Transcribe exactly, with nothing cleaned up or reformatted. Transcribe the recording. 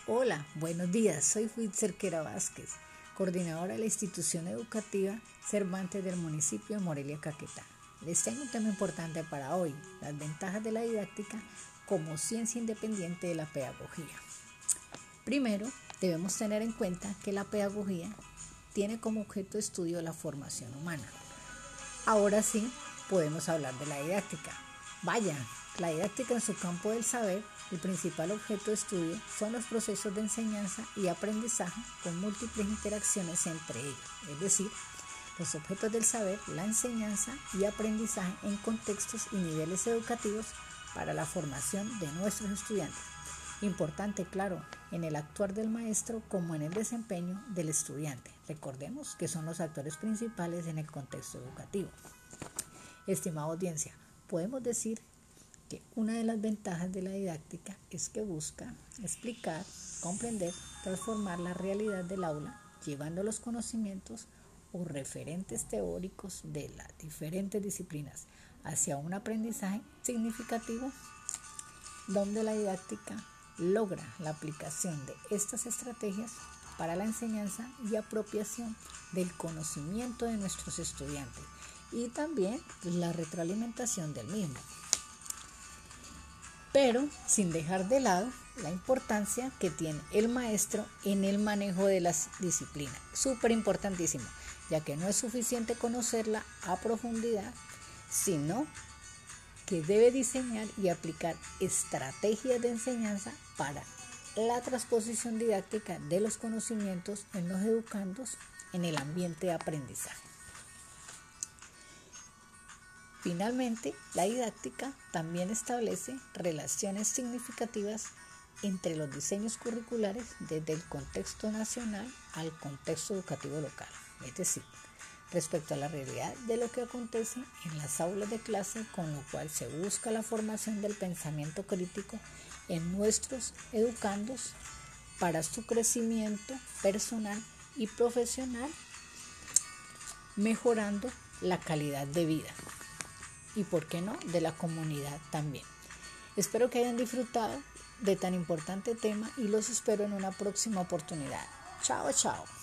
Hola, buenos días, soy Fuitz Cerquera Vázquez, coordinadora de la institución educativa Cervantes del municipio de Morelia, Caquetá. Les tengo un tema importante para hoy, las ventajas de la didáctica como ciencia independiente de la pedagogía. Primero, debemos tener en cuenta que la pedagogía tiene como objeto de estudio la formación humana. Ahora sí, podemos hablar de la didáctica. Vaya, la didáctica en su campo del saber, el principal objeto de estudio son los procesos de enseñanza y aprendizaje con múltiples interacciones entre ellos, es decir, los objetos del saber, la enseñanza y aprendizaje en contextos y niveles educativos para la formación de nuestros estudiantes. Importante, claro, en el actuar del maestro como en el desempeño del estudiante. Recordemos que son los actores principales en el contexto educativo. Estimada audiencia, podemos decir que una de las ventajas de la didáctica es que busca explicar, comprender, transformar la realidad del aula, llevando los conocimientos o referentes teóricos de las diferentes disciplinas hacia un aprendizaje significativo, donde la didáctica logra la aplicación de estas estrategias para la enseñanza y apropiación del conocimiento de nuestros estudiantes y también la retroalimentación del mismo, pero sin dejar de lado la importancia que tiene el maestro en el manejo de las disciplinas. Súper importantísimo, ya que no es suficiente conocerla a profundidad, sino que debe diseñar y aplicar estrategias de enseñanza para la transposición didáctica de los conocimientos en los educandos en el ambiente de aprendizaje. Finalmente, la didáctica también establece relaciones significativas entre los diseños curriculares desde el contexto nacional al contexto educativo local, es decir, respecto a la realidad de lo que acontece en las aulas de clase, con lo cual se busca la formación del pensamiento crítico en nuestros educandos para su crecimiento personal y profesional, mejorando la calidad de vida y, por qué no, de la comunidad también. Espero que hayan disfrutado de tan importante tema y los espero en una próxima oportunidad. Chao, chao.